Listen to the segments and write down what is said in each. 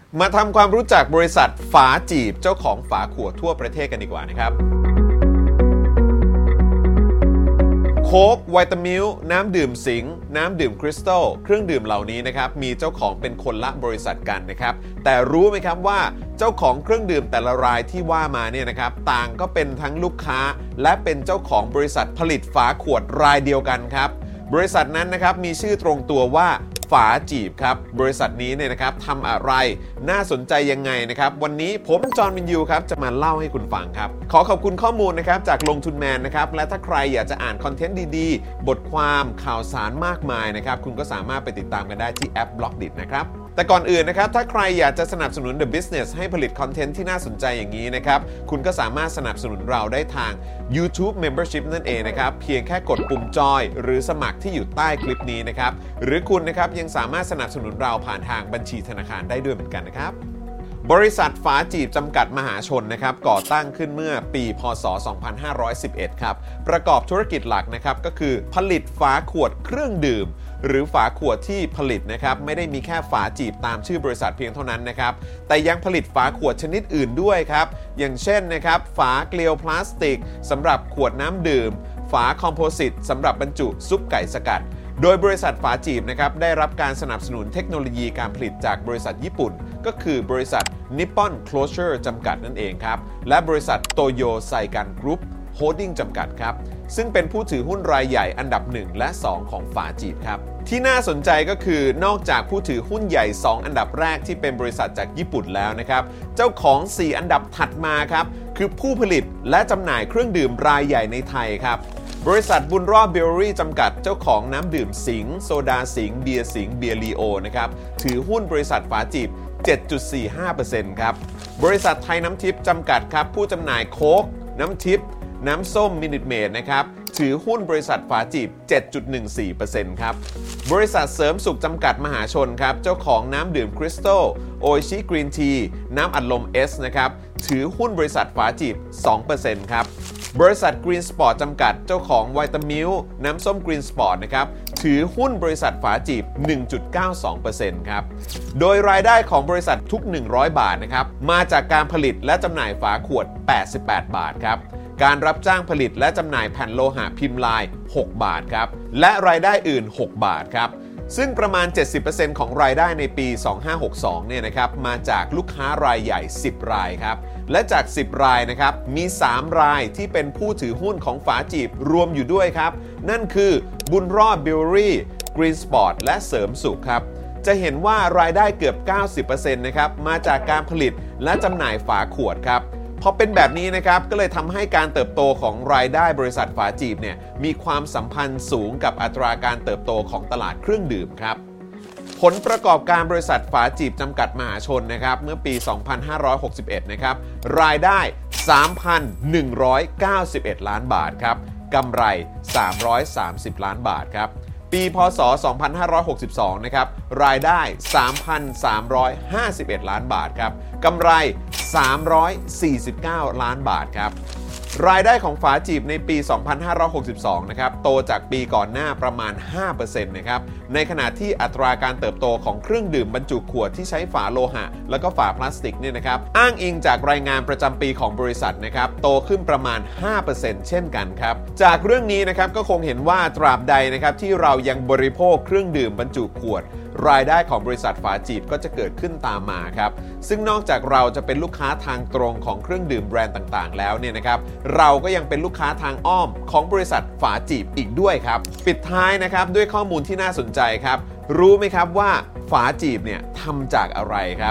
มาทำความรู้จักบริษัทฝาจีบเจ้าของฝาขวดทั่วประเทศกันดีกว่านะครับโค้กไวตามิลน้ำดื่มสิงห์น้ำดื่มคริสตัลเครื่องดื่มเหล่านี้นะครับมีเจ้าของเป็นคนละบริษัทกันนะครับแต่รู้ไหมครับว่าเจ้าของเครื่องดื่มแต่ละรายที่ว่ามาเนี่ยนะครับต่างก็เป็นทั้งลูกค้าและเป็นเจ้าของบริษัทผลิตฝาขวดรายเดียวกันครับบริษัทนั้นนะครับมีชื่อตรงตัวว่าฝาจีบครับบริษัทนี้เนี่ยนะครับทำอะไรน่าสนใจยังไงนะครับวันนี้ผมจอห์นวินยูครับจะมาเล่าให้คุณฟังครับขอขอบคุณข้อมูลนะครับจากลงทุนแมนนะครับและถ้าใครอยากจะอ่านคอนเทนต์ดีๆบทความข่าวสารมากมายนะครับคุณก็สามารถไปติดตามกันได้ที่แอป Blockdit นะครับแต่ก่อนอื่นนะครับถ้าใครอยากจะสนับสนุน The Business ให้ผลิตคอนเทนต์ที่น่าสนใจอย่างนี้นะครับคุณก็สามารถสนับสนุนเราได้ทาง YouTube Membership นั่นเองนะครับเพียงแค่กดปุ่มจอยหรือสมัครที่อยู่ใต้คลิปนี้นะครับหรือคุณนะครับยังสามารถสนับสนุนเราผ่านทางบัญชีธนาคารได้ด้วยเหมือนกันนะครับบริษัทฝาจีบจำกัดมหาชนนะครับก่อตั้งขึ้นเมื่อปีพ.ศ. 2511ครับประกอบธุรกิจหลักนะครับก็คือผลิตฝาขวดเครื่องดื่มหรือฝาขวดที่ผลิตนะครับไม่ได้มีแค่ฝาจีบตามชื่อบริษัทเพียงเท่านั้นนะครับแต่ยังผลิตฝาขวดชนิดอื่นด้วยครับอย่างเช่นนะครับฝาเกลียวพลาสติกสำหรับขวดน้ำดื่มฝาคอมโพสิตสำหรับบรรจุซุปไก่สกัดโดยบริษัทฝาจีบนะครับได้รับการสนับสนุนเทคโนโลยีการผลิตจากบริษัทญี่ปุ่นก็คือบริษัท Nippon Closure จำกัดนั่นเองครับและบริษัทโตโยไซกันกรุ๊ปโฮลดิ้งจำกัดครับซึ่งเป็นผู้ถือหุ้นรายใหญ่อันดับ1และ2ของฝาจีบครับที่น่าสนใจก็คือนอกจากผู้ถือหุ้นใหญ่2อันดับแรกที่เป็นบริษัทจากญี่ปุ่นแล้วนะครับเจ้าของ4อันดับถัดมาครับคือผู้ผลิตและจำหน่ายเครื่องดื่มรายใหญ่ในไทยครับบริษัทบุญรอดเบเวอรี่จำกัดเจ้าของน้ำดื่มสิงห์โซดาสิงห์เบียร์สิงห์เบียร์ลีโอนะครับถือหุ้นบริษัทฝาจีบ 7.45% ครับบริษัทไทยน้ำทิพย์จำกัดครับผู้จำหน่ายโค้กน้ำทิพย์น้ำส้มมินิทเมดนะครับถือหุ้นบริษัทฝาจีบ 7.14% ครับบริษัทเสริมสุขจำกัดมหาชนครับเจ้าของน้ำดื่มคริสตัลโออิชิกรีนทีน้ำอัดลม S นะครับถือหุ้นบริษัทฝาจีบ 2% ครับบริษัท Green Sport จำกัดเจ้าของไวตามิลน้ำส้ม Green Sport นะครับถือหุ้นบริษัทฝาจีบ 1.92% ครับโดยรายได้ของบริษัททุก100 บาทนะครับมาจากการผลิตและจำหน่ายฝาขวด88 บาทครับการรับจ้างผลิตและจำหน่ายแผ่นโลหะพิมพ์ลาย6 บาทครับและรายได้อื่น6 บาทครับซึ่งประมาณ 70% ของรายได้ในปี 2562 เนี่ยนะครับมาจากลูกค้ารายใหญ่10 รายครับและจาก10 รายนะครับมี3 รายที่เป็นผู้ถือหุ้นของฝาจีบรวมอยู่ด้วยครับนั่นคือบุญรอดเบเวอรี่กรีนสปอร์ตและเสริมสุขครับจะเห็นว่ารายได้เกือบ 90% นะครับมาจากการผลิตและจำหน่ายฝาขวดครับพอเป็นแบบนี้นะครับก็เลยทำให้การเติบโตของรายได้บริษัทฝาจีบเนี่ยมีความสัมพันธ์สูงกับอัตราการเติบโตของตลาดเครื่องดื่มครับผลประกอบการบริษัทฝาจีบจำกัดมหาชนนะครับเมื่อปี 2561 นะครับรายได้ 3,191 ล้านบาทครับกำไร 330 ล้านบาทครับปีพ.ศ. 2562 นะครับรายได้ 3,351 ล้านบาทครับกำไร 349 ล้านบาทครับรายได้ของฝาจีบในปี 2562 นะครับโตจากปีก่อนหน้าประมาณ 5% นะครับในขณะที่อัตราการเติบโตของเครื่องดื่มบรรจุขวดที่ใช้ฝาโลหะแล้วก็ฝาพลาสติกเนี่ยนะครับอ้างอิงจากรายงานประจำปีของบริษัทนะครับโตขึ้นประมาณ 5% เช่นกันครับจากเรื่องนี้นะครับก็คงเห็นว่าตราบใดนะครับที่เรายังบริโภคเครื่องดื่มบรรจุขวดรายได้ของบริษัทฝาจีบก็จะเกิดขึ้นตามมาครับซึ่งนอกจากเราจะเป็นลูกค้าทางตรงของเครื่องดื่มแบรนด์ต่างๆแล้วเนี่ยนะครับเราก็ยังเป็นลูกค้าทางอ้อมของบริษัทฝาจีบอีกด้วยครับปิดท้ายนะครับด้วยข้อมูลที่น่าสนใจครับรู้ไหมครับว่าฝาจีบเนี่ยทำจากอะไรครับ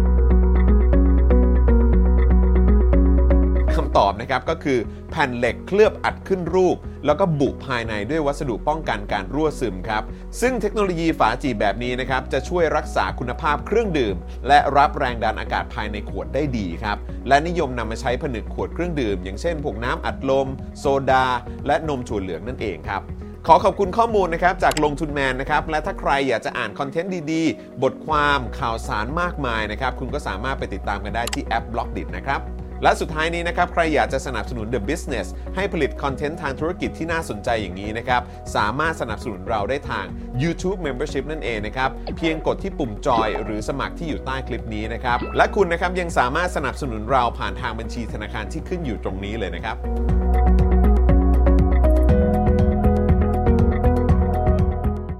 คำตอบนะครับก็คือแผ่นเหล็กเคลือบอัดขึ้นรูปแล้วก็บุภายในด้วยวัสดุป้องกันการรั่วซึมครับซึ่งเทคโนโลยีฝาจีบแบบนี้นะครับจะช่วยรักษาคุณภาพเครื่องดื่มและรับแรงดันอากาศภายในขวดได้ดีครับและนิยมนำมาใช้ผนึกขวดเครื่องดื่มอย่างเช่นพวกน้ำอัดลมโซดาและนมถั่วเหลืองนั่นเองครับขอขอบคุณข้อมูลนะครับจากลงทุนแมนนะครับและถ้าใครอยากจะอ่านคอนเทนต์ดีๆบทความข่าวสารมากมายนะครับคุณก็สามารถไปติดตามกันได้ที่แอป Blockdit นะครับและสุดท้ายนี้นะครับใครอยากจะสนับสนุน The Business ให้ผลิตคอนเทนต์ทางธุรกิจที่น่าสนใจอย่างนี้นะครับสามารถสนับสนุนเราได้ทาง YouTube Membership นั่นเองนะครับเพียงกดที่ปุ่มจอยหรือสมัครที่อยู่ใต้คลิปนี้นะครับและคุณนะครับยังสามารถสนับสนุนเราผ่านทางบัญชีธนาคารที่ขึ้นอยู่ตรงนี้เลยนะครับ